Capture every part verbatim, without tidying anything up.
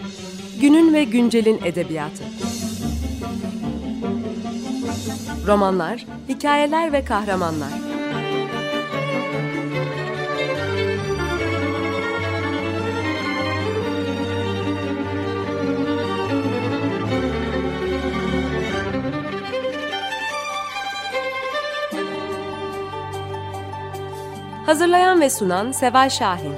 Günün ve güncelin edebiyatı. Romanlar, hikayeler ve kahramanlar. Hazırlayan ve sunan Seval Şahin.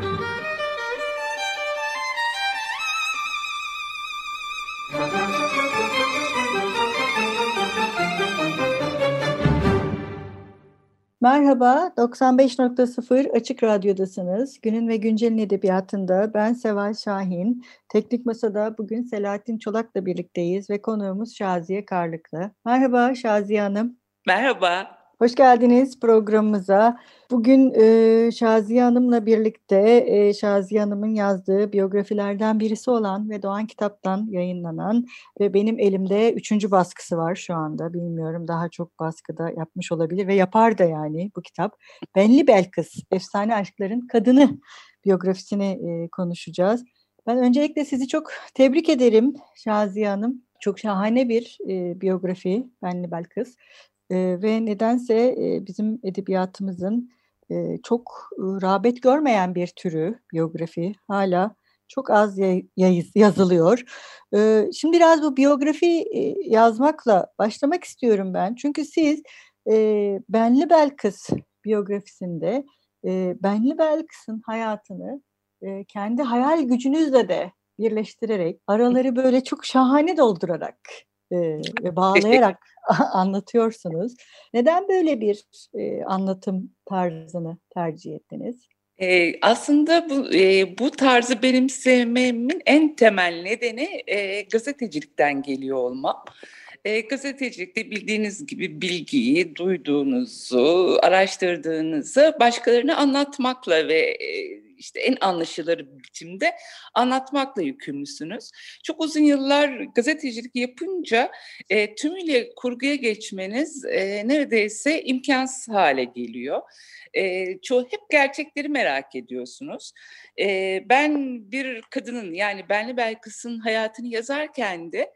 Merhaba, doksan beş nokta sıfır Açık Radyo'dasınız. Günün ve Güncel'in edebiyatında ben Seval Şahin. Teknik Masa'da bugün Selahattin Çolak'la birlikteyiz ve konuğumuz Şaziye Karlıklı. Merhaba Şaziye Hanım. Merhaba. Hoş geldiniz programımıza. Bugün e, Şaziye Hanım'la birlikte e, Şaziye Hanım'ın yazdığı biyografilerden birisi olan ve Doğan Kitap'tan yayınlanan ve benim elimde üçüncü baskısı var şu anda. Bilmiyorum, daha çok baskıda yapmış olabilir ve yapar da yani bu kitap. Benli Belkıs, Efsane Aşkların Kadını biyografisini e, konuşacağız. Ben öncelikle sizi çok tebrik ederim Şaziye Hanım. Çok şahane bir e, biyografi Benli Belkıs. Ee, ve nedense e, bizim edebiyatımızın e, çok e, rağbet görmeyen bir türü biyografi hala çok az yay- yayız- yazılıyor. Ee, şimdi biraz bu biyografi e, yazmakla başlamak istiyorum ben. Çünkü siz e, Benli Belkıs biyografisinde e, Benli Belkıs'ın hayatını e, kendi hayal gücünüzle de birleştirerek, araları böyle çok şahane doldurarak e, ve bağlayarak anlatıyorsunuz. Neden böyle bir e, anlatım tarzını tercih ettiniz? Ee, aslında bu e, bu tarzı benim sevmemin en temel nedeni e, gazetecilikten geliyor olmam. E, gazetecilikte bildiğiniz gibi bilgiyi, duyduğunuzu, araştırdığınızı başkalarına anlatmakla ve e, işte en anlaşılır biçimde anlatmakla yükümlüsünüz. Çok uzun yıllar gazetecilik yapınca e, tümüyle kurguya geçmeniz e, neredeyse imkansız hale geliyor. E, çoğu hep gerçekleri merak ediyorsunuz. E, ben bir kadının, yani Benli Belkıs'ın hayatını yazarken de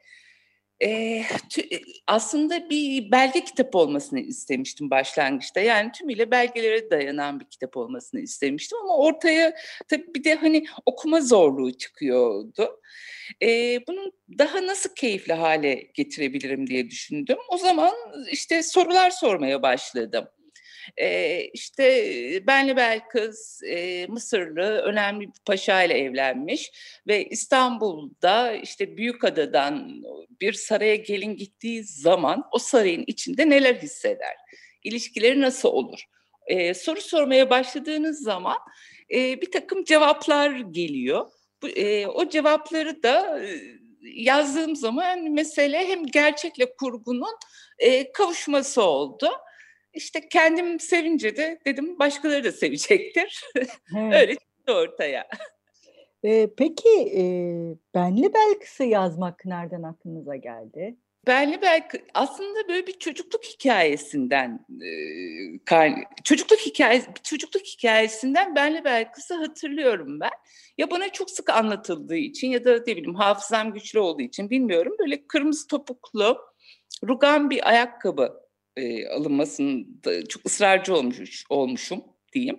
e, tü, aslında bir belge kitap olmasını istemiştim başlangıçta. Yani tümüyle belgelere dayanan bir kitap olmasını istemiştim ama ortaya tabii bir de hani okuma zorluğu çıkıyordu. E, bunu daha nasıl keyifli hale getirebilirim diye düşündüm. O zaman işte sorular sormaya başladım. Ee, işte Benli Belkıs e, Mısırlı önemli bir paşa ile evlenmiş ve İstanbul'da işte Büyükada'dan bir saraya gelin gittiği zaman o sarayın içinde neler hisseder? İlişkileri nasıl olur? Ee, soru sormaya başladığınız zaman e, bir takım cevaplar geliyor. Bu, e, o cevapları da e, yazdığım zaman mesele hem gerçekle kurgunun e, kavuşması oldu. İşte kendim sevince de dedim başkaları da sevecektir. Evet. Öyle çıktı ortaya. Ee, peki e, Benli Belkıs'ı yazmak nereden aklınıza geldi? Benli Belkıs aslında böyle bir çocukluk hikayesinden e, kar- çocukluk hikayesi çocukluk hikayesinden Benli Belkıs'ı hatırlıyorum ben. Ya bana çok sık anlatıldığı için ya da ne bileyim hafızam güçlü olduğu için bilmiyorum, böyle kırmızı topuklu rugan bir ayakkabı e, alınmasında çok ısrarcı olmuş olmuşum diyeyim.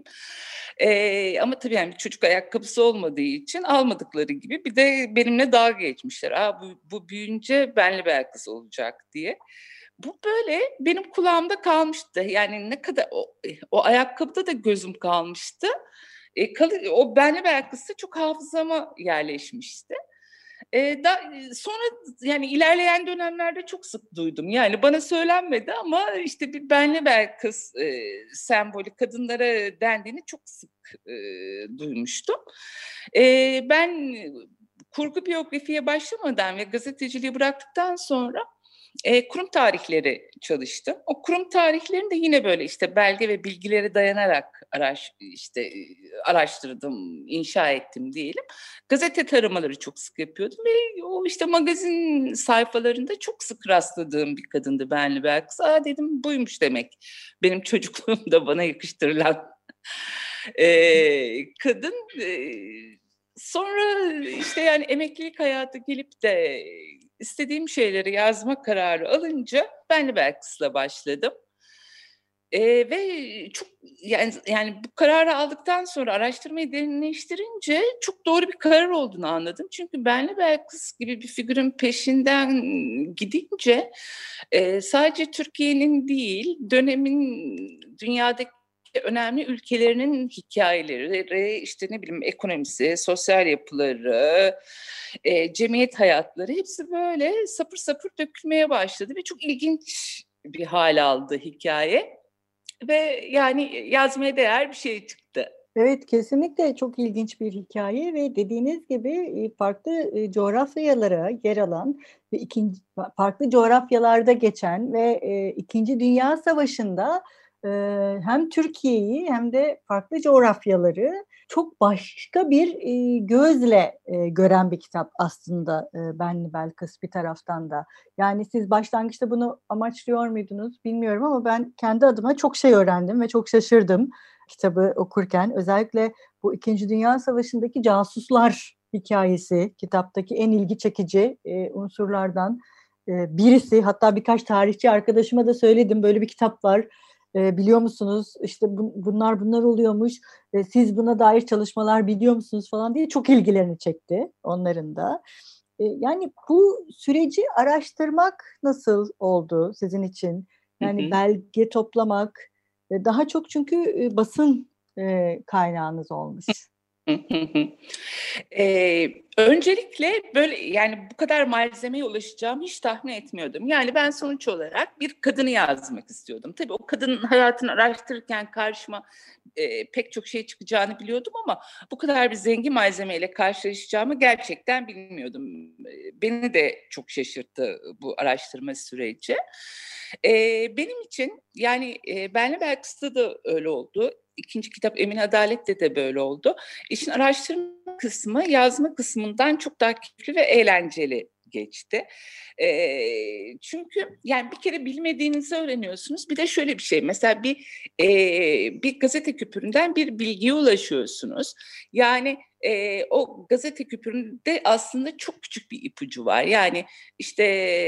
E, ama tabii yani çocuk ayakkabısı olmadığı için almadıkları gibi bir de benimle dalga geçmişler. Aa, bu, bu büyüyünce Benli Belkıs olacak diye. Bu böyle benim kulağımda kalmıştı. Yani ne kadar o, o ayakkabıda da gözüm kalmıştı. E, kalı, o Benli Belkıs'ta çok hafızama yerleşmişti. E, da, sonra yani ilerleyen dönemlerde çok sık duydum. Yani bana söylenmedi ama işte bir Benli Belkıs e, sembolü kadınlara dendiğini çok sık e, duymuştum. E, ben kurgu biyografiye başlamadan ve gazeteciliği bıraktıktan sonra e, kurum tarihleri çalıştım. O kurum tarihlerini de yine böyle işte belge ve bilgilere dayanarak araş, işte araştırdım, inşa ettim diyelim. Gazete taramaları çok sık yapıyordum ve o işte magazin sayfalarında çok sık rastladığım bir kadındı Benli Belkıs. Aa dedim, buymuş demek benim çocukluğumda bana yakıştırılan e, kadın. E, Sonra işte yani emeklilik hayatı gelip de istediğim şeyleri yazma kararı alınca Benli Belkıs'la başladım. Eee, ve çok yani yani bu kararı aldıktan sonra araştırmayı derinleştirince çok doğru bir karar olduğunu anladım. Çünkü Benli Belkıs gibi bir figürün peşinden gidince eee, sadece Türkiye'nin değil, dönemin dünyadaki önemli ülkelerinin hikayeleri, işte ne bileyim ekonomisi, sosyal yapıları, eee, cemiyet hayatları hepsi böyle sapır sapır dökülmeye başladı ve çok ilginç bir hal aldı hikaye. Ve yani yazmaya değer bir şey çıktı. Evet, kesinlikle çok ilginç bir hikaye ve dediğiniz gibi e, farklı e, coğrafyalara yer alan ve ikinci farklı coğrafyalarda geçen ve e, İkinci Dünya Savaşı'nda e, hem Türkiye'yi hem de farklı coğrafyaları çok başka bir e, gözle e, gören bir kitap aslında e, Benli Belkıs bir taraftan da. Yani siz başlangıçta bunu amaçlıyor muydunuz bilmiyorum ama ben kendi adıma çok şey öğrendim ve çok şaşırdım kitabı okurken. Özellikle bu İkinci Dünya Savaşı'ndaki casuslar hikayesi kitaptaki en ilgi çekici e, unsurlardan e, birisi. Hatta birkaç tarihçi arkadaşıma da söyledim, böyle bir kitap var. E, biliyor musunuz? İşte bu, bunlar bunlar oluyormuş. E, siz buna dair çalışmalar biliyor musunuz falan diye çok ilgilerini çekti onların da. E, yani bu süreci araştırmak nasıl oldu sizin için? Hı Yani hı. belge toplamak, e, daha çok çünkü e, basın e, kaynağınız olmuş. Hı hı hı. Eee, öncelikle böyle yani bu kadar malzemeye ulaşacağımı hiç tahmin etmiyordum. Yani ben sonuç olarak bir kadını yazmak istiyordum. Tabii o kadının hayatını araştırırken karşıma eee, pek çok şey çıkacağını biliyordum ama bu kadar bir zengin malzemeyle karşılaşacağımı gerçekten bilmiyordum. Eee, Beni de çok şaşırttı bu araştırma süreci. Eee, benim için yani eee Benli Belkıs'ta da öyle oldu. İkinci kitap Emin Adalet'te de böyle oldu. İşin araştırma kısmı yazma kısmından çok daha keyifli ve eğlenceli geçti. Eee, çünkü yani bir kere bilmediğinizi öğreniyorsunuz. Bir de şöyle bir şey, mesela bir eee, bir gazete küpüründen bir bilgiye ulaşıyorsunuz. Yani eee, o gazete küpüründe aslında çok küçük bir ipucu var. Yani işte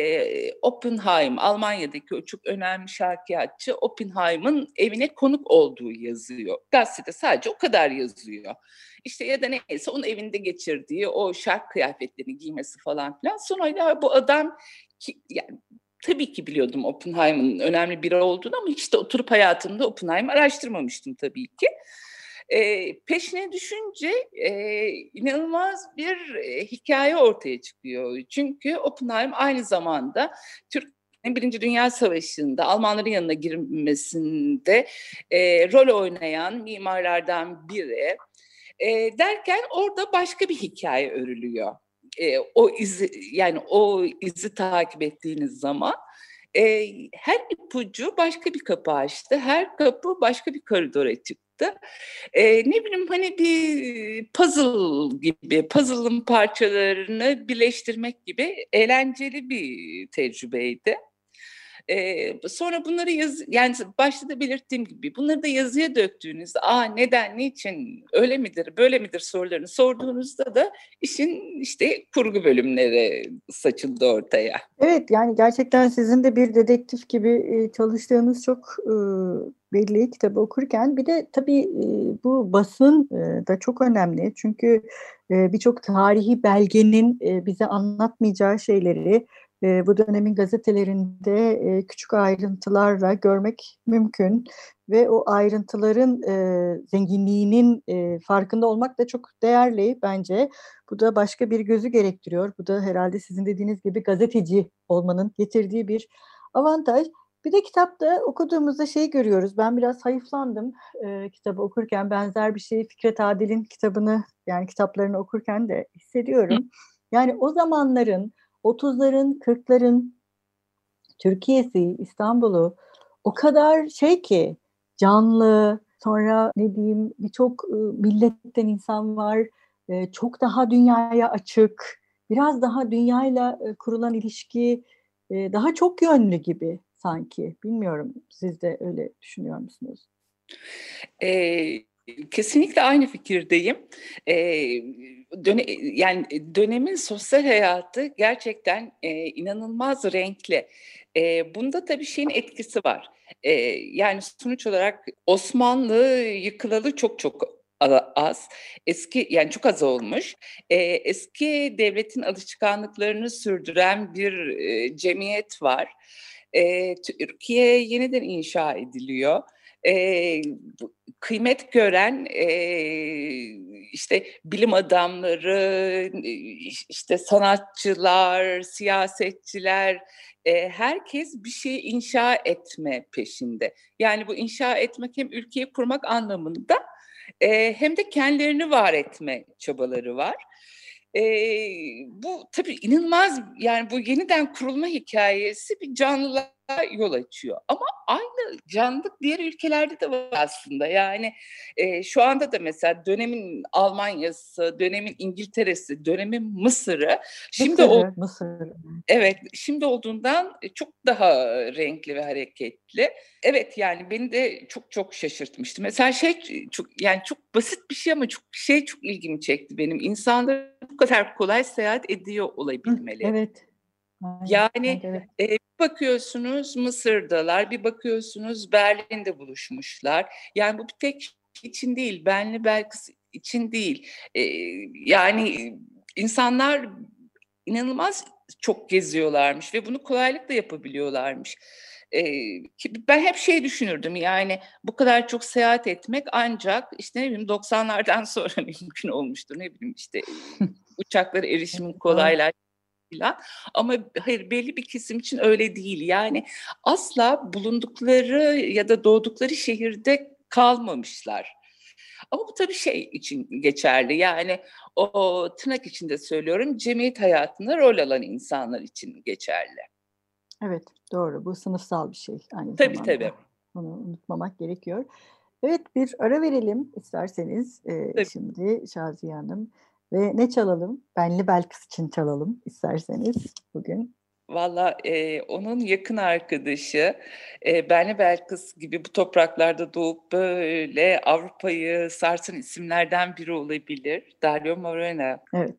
Oppenheim, Almanya'daki o çok önemli şarkiyatçı Oppenheim'ın evine konuk olduğu yazıyor. Gazetede sadece o kadar yazıyor. İşte ya da neyse onun evinde geçirdiği o şark kıyafetlerini giymesi falan filan. Sonra ya bu adam ki, yani tabii ki biliyordum Oppenheim'ın önemli biri olduğunu ama hiç de oturup hayatımda Oppenheim araştırmamıştım tabii ki. E, peşine düşünce e, inanılmaz bir e, hikaye ortaya çıkıyor. Çünkü Oppenheim aynı zamanda Türkiye'nin Birinci Dünya Savaşı'nda Almanların yanına girmesinde e, rol oynayan mimarlardan biri. E, derken orada başka bir hikaye örülüyor. E, o izi yani o izi takip ettiğiniz zaman e, her ipucu başka bir kapı açtı. Her kapı başka bir koridora çıktı. E, ne bileyim hani bir puzzle gibi, puzzle'ın parçalarını birleştirmek gibi eğlenceli bir tecrübeydi. Ee, sonra bunları yaz, yani başta da belirttiğim gibi bunları da yazıya döktüğünüzde, aa neden, niçin, öyle midir, böyle midir sorularını sorduğunuzda da işin işte kurgu bölümleri saçıldı ortaya. Evet, yani gerçekten sizin de bir dedektif gibi e, çalıştığınız çok e, belli kitabı okurken. Bir de tabii e, bu basın e, da çok önemli. Çünkü e, birçok tarihi belgenin e, bize anlatmayacağı şeyleri e, bu dönemin gazetelerinde e, küçük ayrıntılarla görmek mümkün. Ve o ayrıntıların e, zenginliğinin e, farkında olmak da çok değerli bence. Bu da başka bir gözü gerektiriyor. Bu da herhalde sizin dediğiniz gibi gazeteci olmanın getirdiği bir avantaj. Bir de kitapta okuduğumuzda şey görüyoruz. Ben biraz hayıflandım e, kitabı okurken. Benzer bir şeyi Fikret Adil'in kitabını, yani kitaplarını okurken de Hı. hissediyorum. Yani o zamanların, otuzların, kırkların Türkiye'si, İstanbul'u o kadar şey ki, canlı, sonra ne diyeyim, birçok e, milletten insan var, e, çok daha dünyaya açık, biraz daha dünyayla e, kurulan ilişki e, daha çok yönlü gibi sanki. Bilmiyorum, siz de öyle düşünüyor musunuz? Ee, Kesinlikle aynı fikirdeyim. Ee, döne, yani dönemin sosyal hayatı gerçekten e, inanılmaz renkli. E, bunda tabii şeyin etkisi var. E, yani sonuç olarak Osmanlı yıkılalı çok çok az. Eski yani çok az olmuş. E, eski devletin alışkanlıklarını sürdüren bir e, cemiyet var. E, Türkiye yeniden inşa ediliyor. E, Kıymet gören e, işte bilim adamları, işte sanatçılar, siyasetçiler, e, herkes bir şey inşa etme peşinde. Yani bu inşa etmek hem ülkeyi kurmak anlamında e, hem de kendilerini var etme çabaları var. E, Bu tabii inanılmaz, yani bu yeniden kurulma hikayesi bir canlılığa yol açıyor. Ama aynı canlılık diğer ülkelerde de var aslında. Yani e, şu anda da mesela dönemin Almanya'sı, dönemin İngiltere'si, dönemin Mısır'ı şimdi o Mısır, Mısır. evet, şimdi olduğundan çok daha renkli ve hareketli. Evet, yani beni de çok çok şaşırtmıştı. Mesela şey çok, yani çok basit bir şey ama çok şey çok ilgimi çekti benim. İnsanlar bu kadar kolay seyahat ediyor Hı, olabilmeleri. evet. Aynen, Yani evet. e, bir bakıyorsunuz Mısır'dalar, bir bakıyorsunuz Berlin'de buluşmuşlar. Yani bu bir tek kişi için değil, Benli Belkıs için değil. E, yani insanlar inanılmaz çok geziyorlarmış ve bunu kolaylıkla yapabiliyorlarmış. Ee, Ben hep şey düşünürdüm, yani bu kadar çok seyahat etmek ancak işte ne bileyim doksanlardan sonra mümkün olmuştur, ne bileyim işte uçaklara erişimin kolaylaştığı falan. Ama hayır, belli bir kesim için öyle değil. Yani asla bulundukları ya da doğdukları şehirde kalmamışlar. Ama bu tabii şey için geçerli. Yani o tırnak içinde söylüyorum, cemiyet hayatında rol alan insanlar için geçerli. Evet, doğru. Bu sınıfsal bir şey aynı Tabii tabii. zamanda. Bunu unutmamak gerekiyor. Evet, bir ara verelim isterseniz e, tabii. şimdi Şaziye Hanım. Ve ne çalalım? Benli Belkıs için çalalım isterseniz bugün. Valla e, onun yakın arkadaşı e, Benli Belkıs gibi bu topraklarda doğup böyle Avrupa'yı sarsan isimlerden biri olabilir. Dario Moreno. Evet.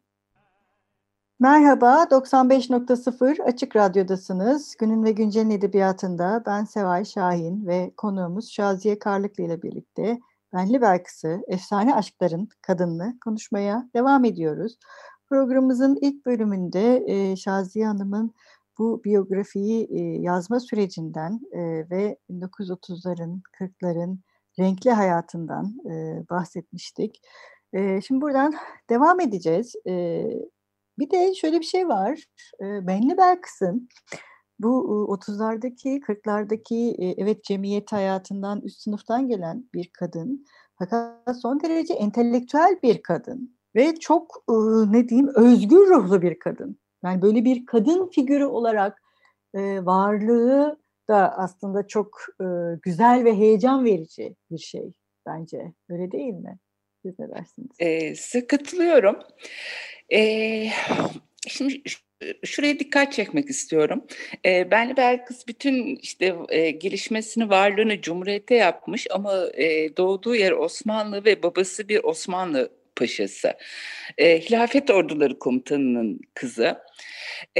Merhaba, doksan beş nokta sıfır Açık Radyo'dasınız. Günün ve Güncel'in edebiyatında ben Seval Şahin ve konuğumuz Şaziye Karlıklı ile birlikte Benli Belkıs'ı, efsane aşkların kadınını konuşmaya devam ediyoruz. Programımızın ilk bölümünde e, Şaziye Hanım'ın bu biyografiyi e, yazma sürecinden e, ve bin dokuz yüz otuzların, kırkların renkli hayatından e, bahsetmiştik. E, şimdi buradan devam edeceğiz. E, Bir de şöyle bir şey var. E, Benli Belkıs'ın bu otuzlardaki, kırklardaki evet cemiyet hayatından, üst sınıftan gelen bir kadın. Fakat son derece entelektüel bir kadın ve çok ne diyeyim özgür ruhlu bir kadın. Yani böyle bir kadın figürü olarak varlığı da aslında çok güzel ve heyecan verici bir şey bence. Öyle değil mi? Siz ne dersiniz? Ee, size katılıyorum. Ee, şimdi şuraya dikkat çekmek istiyorum. Ee, Benli Belkıs bütün işte e, gelişmesini, varlığını Cumhuriyet'te yapmış ama e, doğduğu yer Osmanlı ve babası bir Osmanlı paşası. E, Hilafet Orduları Komutanı'nın kızı. E,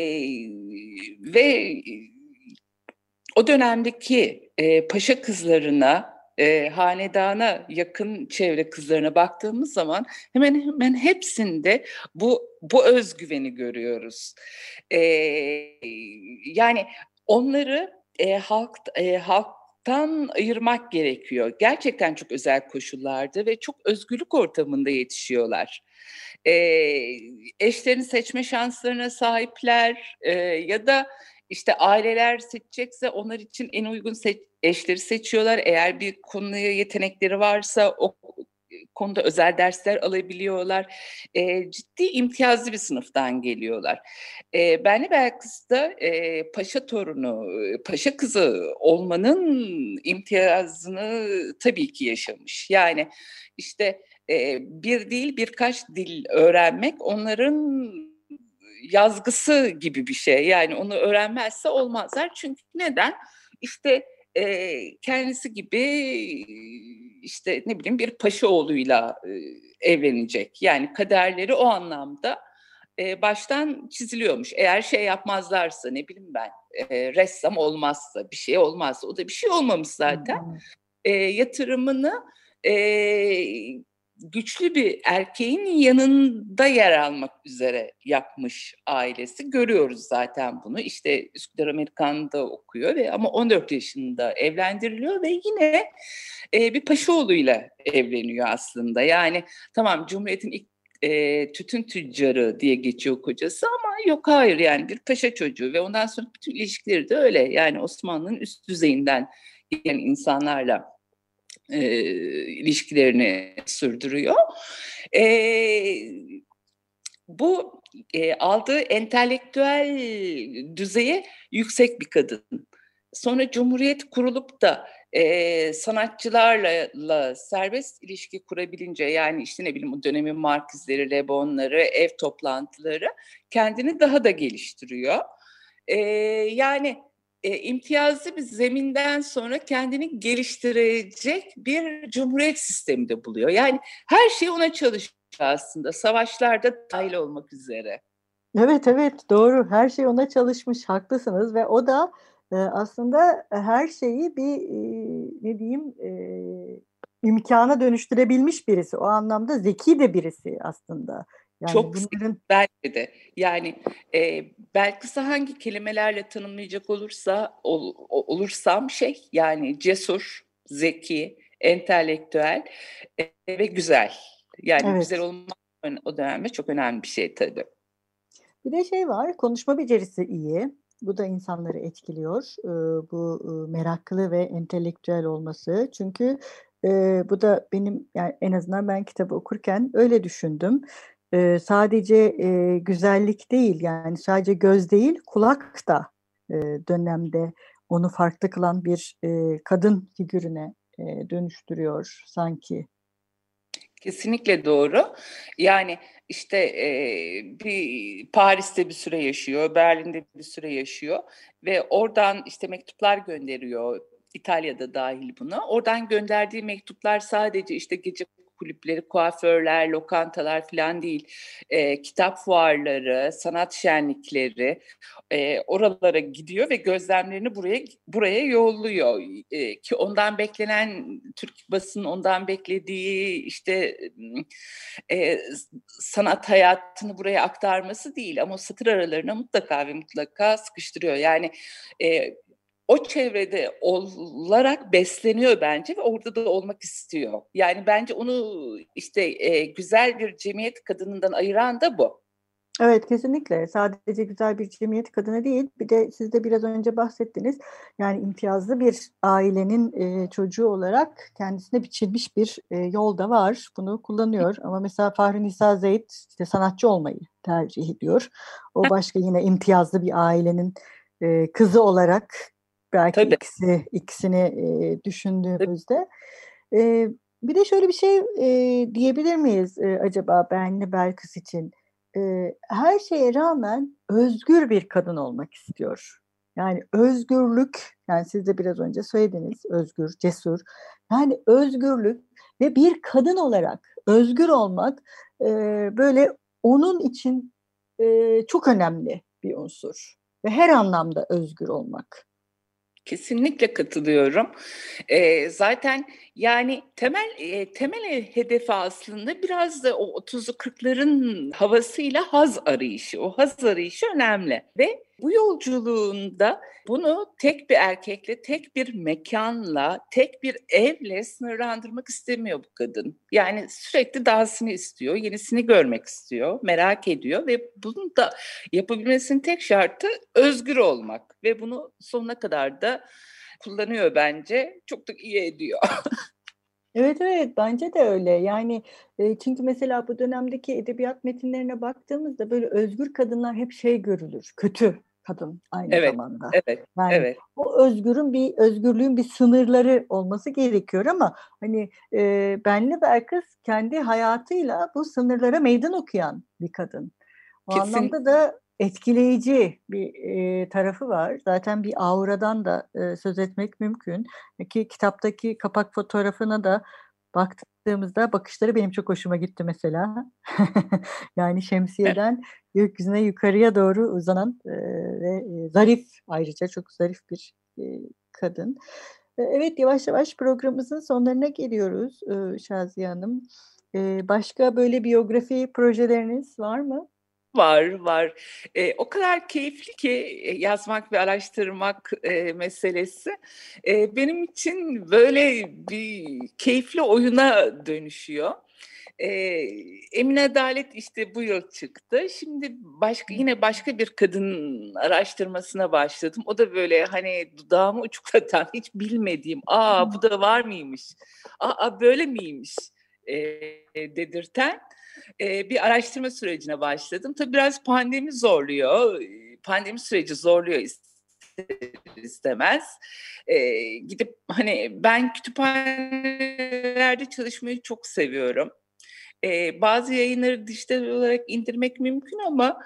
Ve o dönemdeki e, paşa kızlarına, e, hanedana yakın çevre kızlarına baktığımız zaman hemen hemen hepsinde bu bu özgüveni görüyoruz. E, Yani onları e, halk e, halktan ayırmak gerekiyor. Gerçekten çok özel koşullarda ve çok özgürlük ortamında yetişiyorlar. E, Eşlerini seçme şanslarına sahipler e, ya da işte aileler seçecekse onlar için en uygun seç, eşleri seçiyorlar. Eğer bir konuya yetenekleri varsa o konuda özel dersler alabiliyorlar. E, ciddi imtiyazlı bir sınıftan geliyorlar. E, Benli Belkıs da e, paşa torunu, paşa kızı olmanın imtiyazını tabii ki yaşamış. Yani işte e, bir değil birkaç dil öğrenmek onların yazgısı gibi bir şey. Yani onu öğrenmezse olmazlar. Çünkü neden? İşte e, kendisi gibi işte ne bileyim bir paşa oğluyla e, evlenecek. Yani kaderleri o anlamda e, baştan çiziliyormuş. Eğer şey yapmazlarsa, ne bileyim ben, e, ressam olmazsa, bir şey olmazsa, o da bir şey olmamış zaten. E, yatırımını e, güçlü bir erkeğin yanında yer almak üzere yapmış ailesi. Görüyoruz zaten bunu. İşte Üsküdar Amerikan'da okuyor ve ama on dört yaşında evlendiriliyor ve yine e, bir paşaoğluyla evleniyor aslında. Yani tamam, Cumhuriyet'in ilk e, tütün tüccarı diye geçiyor kocası ama yok, hayır, yani bir paşa çocuğu ve ondan sonra bütün ilişkileri de öyle. Yani Osmanlı'nın üst düzeyinden gelen insanlarla e, ilişkilerini sürdürüyor. E, bu e, aldığı entelektüel düzeye yüksek bir kadın. Sonra Cumhuriyet kurulup da e, sanatçılarla la, serbest ilişki kurabilince, yani işte ne bileyim o dönemin Markizleri, Le Bon'ları, ev toplantıları kendini daha da geliştiriyor. E, yani e, imtiyazlı bir zeminden sonra kendini geliştirecek bir cumhuriyet sistemi de buluyor. Yani her şey ona çalışıyor aslında, savaşlarda dahil olmak üzere. Evet, evet, doğru. Her şey ona çalışmış, haklısınız ve o da e, aslında her şeyi bir e, ne diyeyim e, imkana dönüştürebilmiş birisi. O anlamda zeki de birisi aslında. Yani Çok bunların belki de yani e, belki hangi kelimelerle tanımlayacak olursa ol, olursam şey, yani cesur, zeki, entelektüel e, ve güzel. Yani güzel evet. olmak o dönemde çok önemli bir şey tabii. Bir de şey var, konuşma becerisi iyi. Bu da insanları etkiliyor. Eee, bu, ııı, meraklı ve entelektüel olması. Çünkü, eee, bu da benim, yani, en azından ben kitabı okurken öyle düşündüm. Eee, sadece, eee, güzellik değil, yani, sadece göz değil, kulak da, eee, dönemde onu farklı kılan bir, eee, kadın figürüne, eee, dönüştürüyor sanki. Kesinlikle doğru. Yani işte e, bir Paris'te bir süre yaşıyor, Berlin'de bir süre yaşıyor ve oradan işte mektuplar gönderiyor. İtalya'da dahil buna. Oradan gönderdiği mektuplar sadece işte gece kulüpleri, kuaförler, lokantalar falan değil. E, kitap fuarları, sanat şenlikleri, e, oralara gidiyor ve gözlemlerini buraya buraya yolluyor. E, ki ondan beklenen, Türk basının ondan beklediği işte e, sanat hayatını buraya aktarması değil, ama o satır aralarına mutlaka ve mutlaka sıkıştırıyor. Yani e, o çevrede olarak besleniyor bence ve orada da olmak istiyor. Yani bence onu işte e, güzel bir cemiyet kadınından ayıran da bu. Evet, kesinlikle. Sadece güzel bir cemiyet kadını değil, bir de siz de biraz önce bahsettiniz. Yani imtiyazlı bir ailenin, eee, çocuğu olarak kendisine biçilmiş bir, eee, yol da var. Bunu kullanıyor ama mesela Fahrinisa Zeyd, işte, sanatçı olmayı tercih ediyor. O başka yine imtiyazlı bir ailenin, eee, kızı olarak belki Tabii. ikisi ikisini, eee, tabii. düşündüğümüzde. Eee, bir de şöyle bir şey, eee, diyebilir miyiz, eee, acaba Benli Belkıs için? Eee, her şeye rağmen özgür bir kadın olmak istiyor. Yani özgürlük, yani siz de biraz önce söylediniz, özgür, cesur. Yani özgürlük ve bir kadın olarak özgür olmak, eee, böyle onun için, eee, çok önemli bir unsur ve her anlamda özgür olmak. Kesinlikle katılıyorum. Eee, zaten yani temel eee, temel hedefi aslında biraz da o otuzlu kırkların havasıyla haz arayışı. O haz arayışı önemli ve bu yolculuğunda bunu tek bir erkekle, tek bir mekanla, tek bir evle sınırlandırmak istemiyor bu kadın. Yani sürekli dahasını istiyor, yenisini görmek istiyor, merak ediyor ve bunu da yapabilmesinin tek şartı özgür olmak ve bunu sonuna kadar da kullanıyor bence. Çok da iyi ediyor. Evet, evet, bence de öyle. Yani, eee, çünkü mesela bu dönemdeki edebiyat metinlerine baktığımızda böyle özgür kadınlar hep şey görülür, kötü kadın aynı Evet, zamanda. evet, Yani evet. o özgürün bir özgürlüğün bir sınırları olması gerekiyor ama hani, eee, Benli Belkıs kendi hayatıyla bu sınırlara meydan okuyan bir kadın. O Kesin anlamda da etkileyici bir e, tarafı var. Zaten bir auradan da e, söz etmek mümkün. Ki kitaptaki kapak fotoğrafına da baktığımızda bakışları benim çok hoşuma gitti mesela. Yani şemsiyeden gökyüzüne yukarıya doğru uzanan e, ve e, zarif, ayrıca çok zarif bir e, kadın. E, Evet, yavaş yavaş programımızın sonlarına geliyoruz e, Şaziye Hanım. E, başka böyle biyografi projeleriniz var mı? Var, var. Eee, o kadar keyifli ki e, yazmak ve araştırmak eee, meselesi. Eee, benim için böyle bir keyifli oyuna dönüşüyor. Eee, Emin Adalet işte bu yıl çıktı. Şimdi başka yine başka bir kadın araştırmasına başladım. O da böyle hani dudağımı uçuklatan, hiç bilmediğim, aa bu da var mıymış, aa böyle miymiş eee, dedirten e, bir araştırma sürecine başladım. Tabii biraz pandemi zorluyor. Pandemi süreci zorluyor ister istemez. E, gidip hani ben kütüphanelerde çalışmayı çok seviyorum. E, bazı yayınları dijital olarak indirmek mümkün ama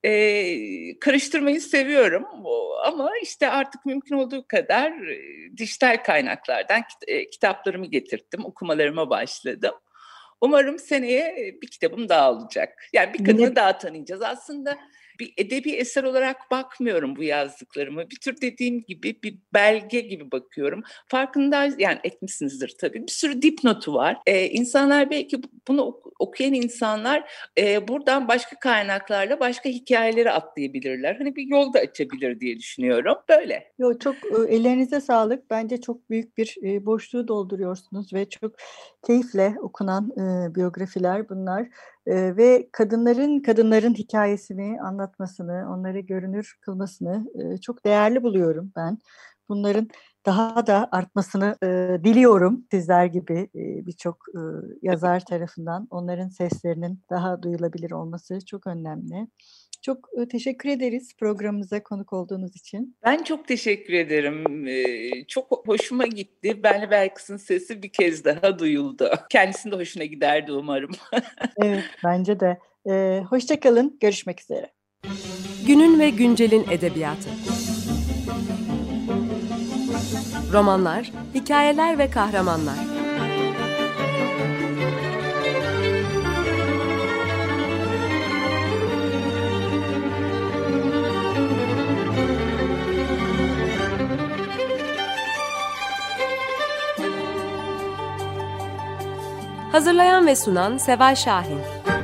e, karıştırmayı seviyorum. O, ama işte artık mümkün olduğu kadar e, dijital kaynaklardan kit- e, kitaplarımı getirttim, okumalarıma başladım. Umarım seneye bir kitabım daha olacak. Yani bir kadını Yine daha tanıyacağız. Aslında bir edebi eser olarak bakmıyorum bu yazdıklarımı. Bir tür dediğim gibi bir belge gibi bakıyorum. Farkında yani etmişsinizdir tabii. Bir sürü dipnotu var. Ee, insanlar belki bunu ok- okuyan insanlar e, buradan başka kaynaklarla başka hikayeleri atlayabilirler. Hani bir yol da açabilir diye düşünüyorum. Böyle. Yo, çok e, ellerinize sağlık. Bence çok büyük bir e, boşluğu dolduruyorsunuz ve çok keyifle okunan e, biyografiler bunlar. E, ve kadınların kadınların hikayesini anlatmasını, onları görünür kılmasını e, çok değerli buluyorum ben. Bunların daha da artmasını e, diliyorum sizler gibi e, birçok e, yazar tarafından. Onların seslerinin daha duyulabilir olması çok önemli. Çok e, teşekkür ederiz programımıza konuk olduğunuz için. Ben çok teşekkür ederim. Ee, çok hoşuma gitti. Benle Belkıs'ın sesi bir kez daha duyuldu. Kendisinin de hoşuna giderdi umarım. Evet, bence de. Ee, hoşça kalın, görüşmek üzere. Günün ve güncelin edebiyatı. Romanlar, hikayeler ve kahramanlar. Hazırlayan ve sunan Seval Şahin.